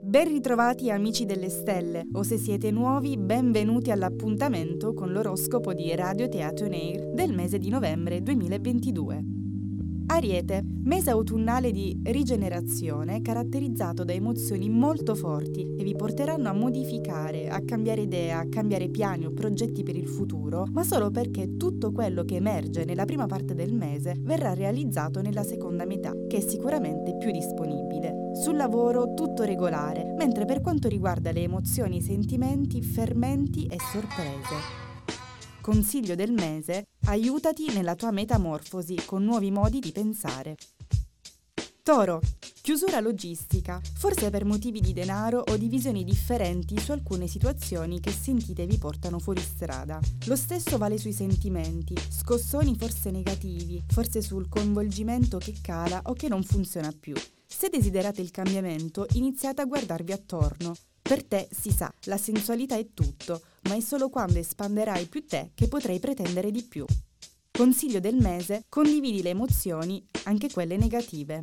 Ben ritrovati amici delle stelle, o se siete nuovi, benvenuti all'appuntamento con l'oroscopo di Radio Teatro On Air del mese di novembre 2022. Ariete, mese autunnale di rigenerazione caratterizzato da emozioni molto forti che vi porteranno a modificare, a cambiare idea, a cambiare piani o progetti per il futuro, ma solo perché tutto quello che emerge nella prima parte del mese verrà realizzato nella seconda metà, che è sicuramente più disponibile. Sul lavoro tutto regolare, mentre per quanto riguarda le emozioni, i sentimenti, fermenti e sorprese. Consiglio del mese: aiutati nella tua metamorfosi con nuovi modi di pensare. Toro, chiusura logistica, forse per motivi di denaro o di visioni differenti su alcune situazioni che sentite vi portano fuori strada. Lo stesso vale sui sentimenti, scossoni forse negativi, forse sul coinvolgimento che cala o che non funziona più. Se desiderate il cambiamento, iniziate a guardarvi attorno. Per te, si sa, la sensualità è tutto, ma è solo quando espanderai più te che potrai pretendere di più. Consiglio del mese: condividi le emozioni, anche quelle negative.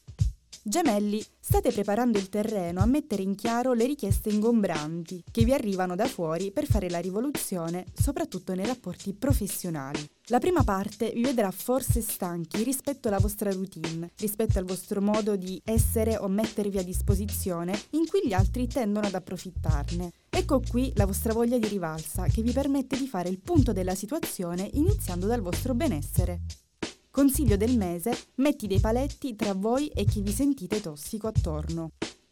Gemelli, state preparando il terreno a mettere in chiaro le richieste ingombranti che vi arrivano da fuori per fare la rivoluzione, soprattutto nei rapporti professionali. La prima parte vi vedrà forse stanchi rispetto alla vostra routine, rispetto al vostro modo di essere o mettervi a disposizione, in cui gli altri tendono ad approfittarne. Ecco qui la vostra voglia di rivalsa che vi permette di fare il punto della situazione iniziando dal vostro benessere. Consiglio del mese: metti dei paletti tra voi e chi vi sentite tossico attorno.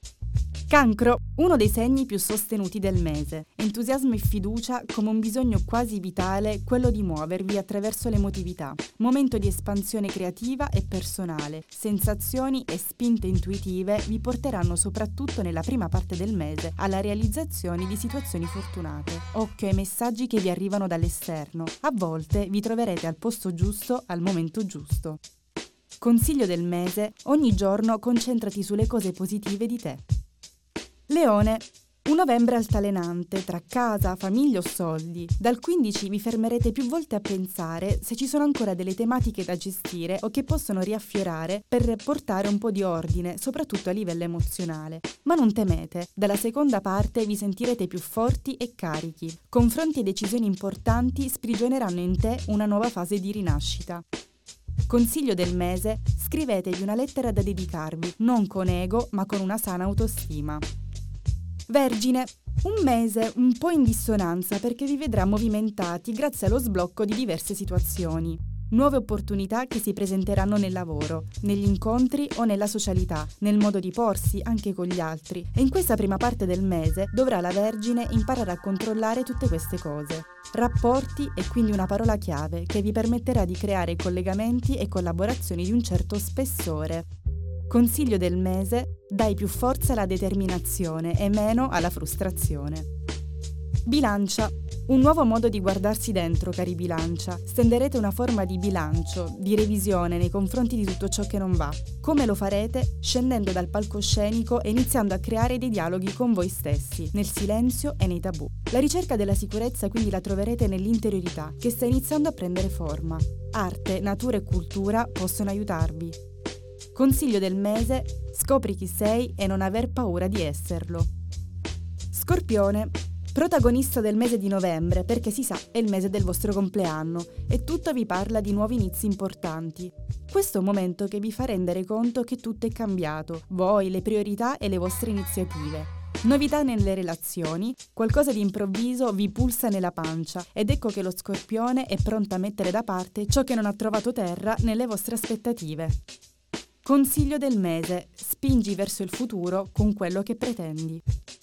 Cancro, uno dei segni più sostenuti del mese. Entusiasmo e fiducia come un bisogno quasi vitale, quello di muovervi attraverso l'emotività. Momento di espansione creativa e personale. Sensazioni e spinte intuitive vi porteranno soprattutto nella prima parte del mese alla realizzazione di situazioni fortunate. Occhio ai messaggi che vi arrivano dall'esterno. A volte vi troverete al posto giusto al momento giusto. Consiglio del mese: ogni giorno concentrati sulle cose positive di te. Leone, un novembre altalenante tra casa, famiglia o soldi. Dal 15 vi fermerete più volte a pensare se ci sono ancora delle tematiche da gestire o che possono riaffiorare per portare un po' di ordine, soprattutto a livello emozionale. Ma non temete, dalla seconda parte vi sentirete più forti e carichi. Confronti e decisioni importanti sprigioneranno in te una nuova fase di rinascita. Consiglio del mese: scrivetevi una lettera da dedicarvi, non con ego ma con una sana autostima. Vergine, un mese un po' in dissonanza perché vi vedrà movimentati grazie allo sblocco di diverse situazioni. Nuove opportunità che si presenteranno nel lavoro, negli incontri o nella socialità, nel modo di porsi anche con gli altri. E in questa prima parte del mese dovrà la Vergine imparare a controllare tutte queste cose. Rapporti è quindi una parola chiave che vi permetterà di creare collegamenti e collaborazioni di un certo spessore. Consiglio del mese: dai più forza alla determinazione e meno alla frustrazione. Bilancia, un nuovo modo di guardarsi dentro, cari Bilancia. Stenderete una forma di bilancio, di revisione nei confronti di tutto ciò che non va. Come lo farete? Scendendo dal palcoscenico e iniziando a creare dei dialoghi con voi stessi, nel silenzio e nei tabù. La ricerca della sicurezza quindi la troverete nell'interiorità, che sta iniziando a prendere forma. Arte, natura e cultura possono aiutarvi. Consiglio del mese: scopri chi sei e non aver paura di esserlo. Scorpione, protagonista del mese di novembre, perché si sa, è il mese del vostro compleanno e tutto vi parla di nuovi inizi importanti. Questo è un momento che vi fa rendere conto che tutto è cambiato, voi, le priorità e le vostre iniziative. Novità nelle relazioni, qualcosa di improvviso vi pulsa nella pancia ed ecco che lo Scorpione è pronto a mettere da parte ciò che non ha trovato terra nelle vostre aspettative. Consiglio del mese: spingi verso il futuro con quello che pretendi.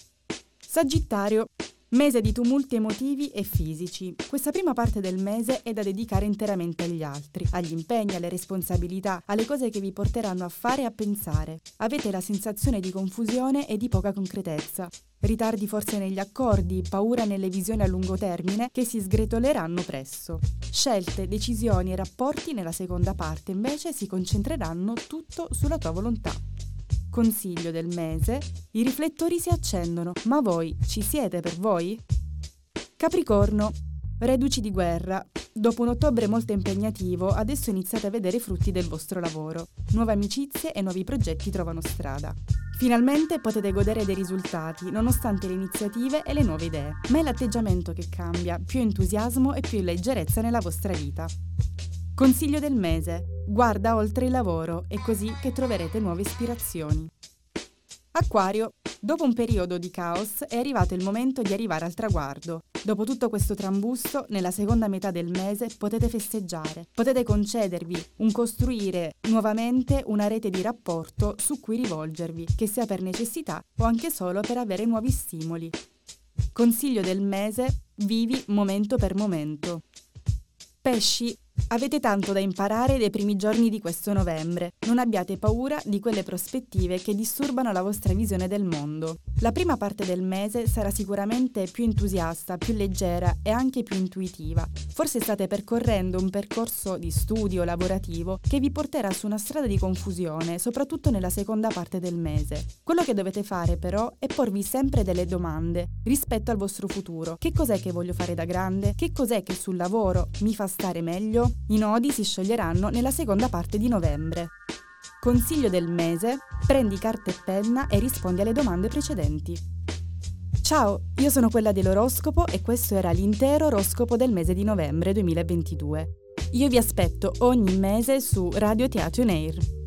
Sagittario, mese di tumulti emotivi e fisici. Questa prima parte del mese è da dedicare interamente agli altri, agli impegni, alle responsabilità, alle cose che vi porteranno a fare e a pensare. Avete la sensazione di confusione e di poca concretezza. Ritardi forse negli accordi, paura nelle visioni a lungo termine che si sgretoleranno presto. Scelte, decisioni e rapporti nella seconda parte invece si concentreranno tutto sulla tua volontà. Consiglio del mese: i riflettori si accendono, ma voi ci siete per voi? Capricorno, reduci di guerra. Dopo un ottobre molto impegnativo, adesso iniziate a vedere i frutti del vostro lavoro. Nuove amicizie e nuovi progetti trovano strada. Finalmente potete godere dei risultati, nonostante le iniziative e le nuove idee. Ma è l'atteggiamento che cambia, più entusiasmo e più leggerezza nella vostra vita. Consiglio del mese: guarda oltre il lavoro, è così che troverete nuove ispirazioni. Acquario, dopo un periodo di caos è arrivato il momento di arrivare al traguardo. Dopo tutto questo trambusto, nella seconda metà del mese potete festeggiare, potete concedervi costruire nuovamente una rete di rapporto su cui rivolgervi, che sia per necessità o anche solo per avere nuovi stimoli. Consiglio del mese: vivi momento per momento. Pesci, avete tanto da imparare dai primi giorni di questo novembre. Non abbiate paura di quelle prospettive che disturbano la vostra visione del mondo. La prima parte del mese sarà sicuramente più entusiasta, più leggera e anche più intuitiva. Forse state percorrendo un percorso di studio lavorativo che vi porterà su una strada di confusione, soprattutto nella seconda parte del mese. Quello che dovete fare però è porvi sempre delle domande rispetto al vostro futuro. Che cos'è che voglio fare da grande? Che cos'è che sul lavoro mi fa stare meglio? I nodi si scioglieranno nella seconda parte di novembre. Consiglio del mese: prendi carta e penna e rispondi alle domande precedenti. Ciao, io sono quella dell'oroscopo e questo era l'intero oroscopo del mese di novembre 2022. Io vi aspetto ogni mese su Radio Teatro On Air.